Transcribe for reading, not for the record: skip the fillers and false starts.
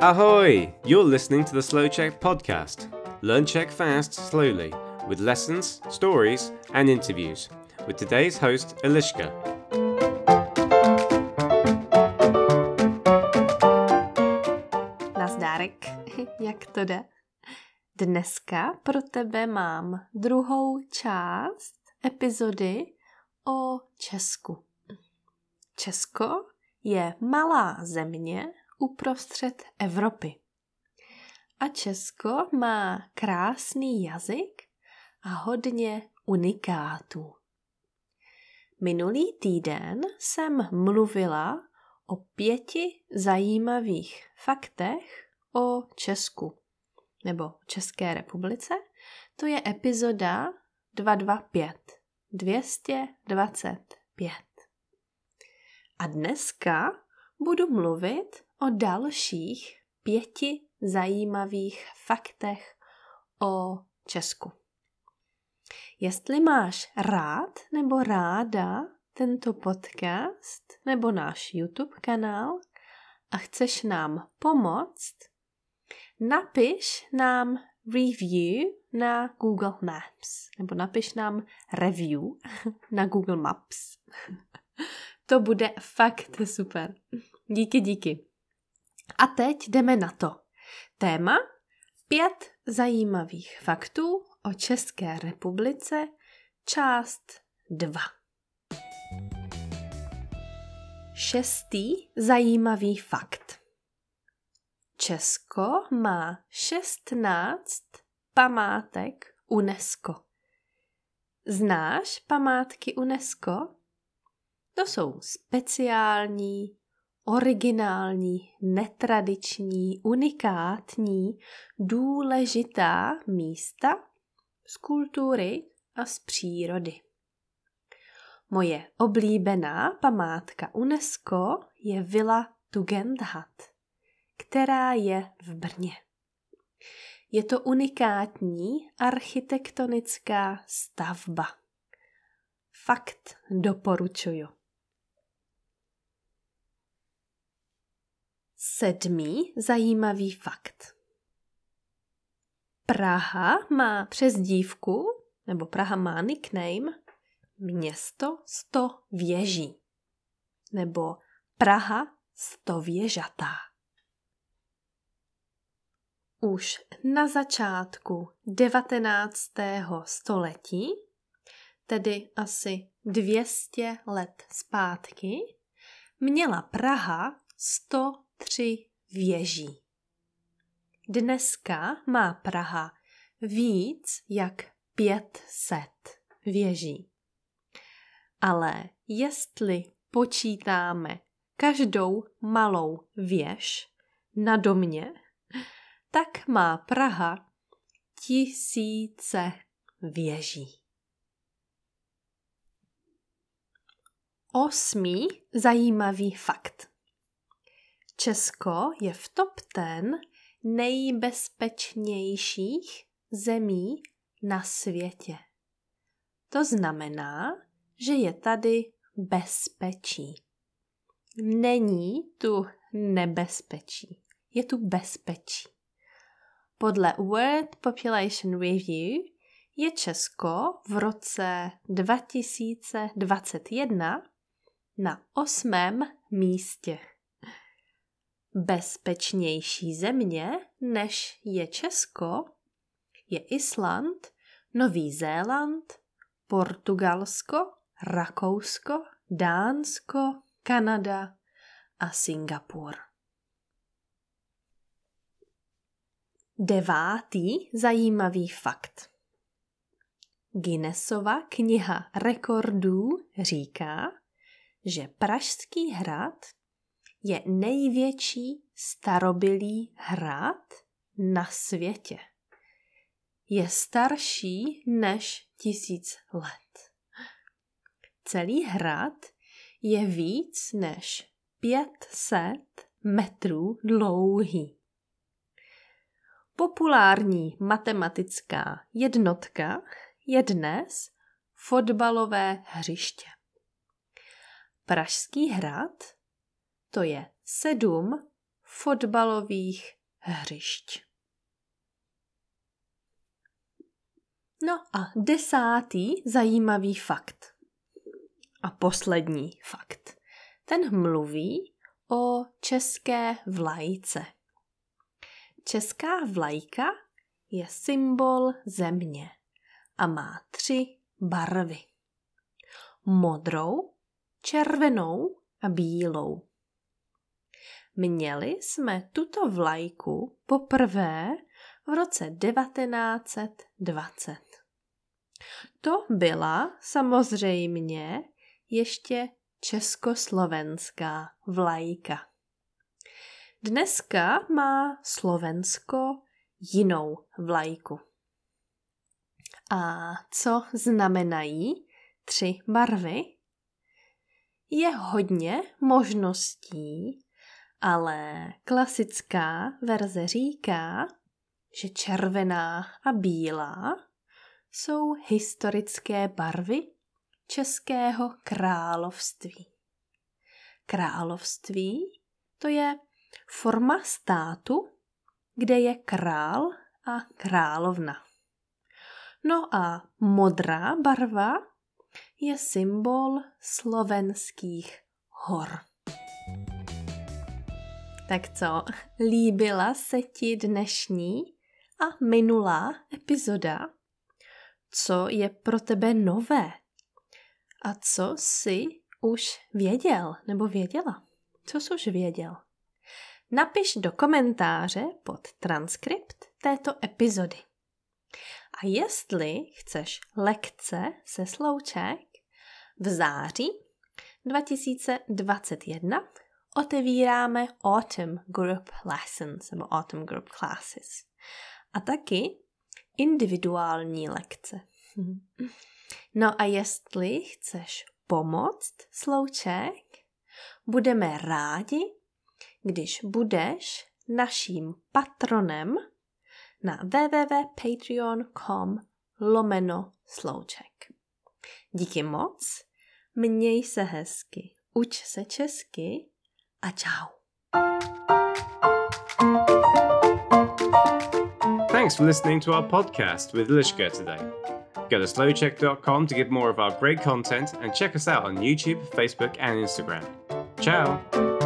Ahoy! You're listening to the Slow Czech podcast. Learn Czech fast, slowly, with lessons, stories, and interviews. With today's host, Eliška. Nazdárek, jak to jde? Dneska pro tebe mám druhou část epizody o Česku. Česko je malá země uprostřed Evropy. A Česko má krásný jazyk a hodně unikátů. Minulý týden jsem mluvila o 5 zajímavých faktech o Česku, nebo České republice. To je epizoda 225. A dneska budu mluvit o dalších 5 zajímavých faktech o Česku. Jestli máš rád nebo ráda tento podcast nebo náš YouTube kanál a chceš nám pomoct, napiš nám review na Google Maps nebo napiš nám review na Google Maps. To bude fakt super. Díky. A teď jdeme na to. Téma 5 zajímavých faktů o České republice, část 2. 6. zajímavý fakt. Česko má 16 památek UNESCO. Znáš památky UNESCO? To jsou speciální, originální, netradiční, unikátní, důležitá místa z kultury a z přírody. Moje oblíbená památka UNESCO je Vila Tugendhat, která je v Brně. Je to unikátní architektonická stavba. Fakt doporučuju. 7. zajímavý fakt. Praha má přezdívku, nebo Praha má nickname Město 100 věží, nebo Praha 100 věžatá. Už na začátku 19. století, tedy asi 200 let zpátky, měla Praha 103 věží. Dneska má Praha víc jak 500 věží. Ale jestli počítáme každou malou věž na domě, tak má Praha 1000 věží. 8. zajímavý fakt. Česko je v top 10 nejbezpečnějších zemí na světě. To znamená, že je tady bezpečí. Není tu nebezpečí, je tu bezpečí. Podle World Population Review je Česko v roce 2021 na 8. místě. Bezpečnější země, než je Česko, je Island, Nový Zéland, Portugalsko, Rakousko, Dánsko, Kanada a Singapur. 9. zajímavý fakt. Guinnessova kniha rekordů říká, že Pražský hrad je největší starobylý hrad na světě. Je starší než 1000 let. Celý hrad je víc než 500 metrů dlouhý. Populární matematická jednotka je dnes fotbalové hřiště. Pražský hrad to je 7 fotbalových hřišť. No a 10. zajímavý fakt. A poslední fakt. Ten mluví o české vlajce. Česká vlajka je symbol země a má 3 barvy. Modrou, červenou a bílou. Měli jsme tuto vlajku poprvé v roce 1920. To byla samozřejmě ještě československá vlajka. Dneska má Slovensko jinou vlajku. A co znamenají 3 barvy? Je hodně možností, ale klasická verze říká, že červená a bílá jsou historické barvy Českého království. Království to je forma státu, kde je král a královna. No a modrá barva je symbol slovenských hor. Tak co, líbila se ti dnešní a minulá epizoda? Co je pro tebe nové? A co jsi už věděl nebo věděla? Co jsi už věděl? Napiš do komentáře pod transkript této epizody. A jestli chceš lekce se slouček, v září 2021 otevíráme Autumn Group Lessons nebo Autumn Group Classes a taky individuální lekce. No a jestli chceš pomoct slouček, budeme rádi, když budeš naším patronem na www.patreon.com/slouček. Díky moc, měj se hezky, uč se česky a čau. Thanks for listening to our podcast with Liška today. Go to slowcheck.com to get more of our great content and check us out on YouTube, Facebook and Instagram. Ciao!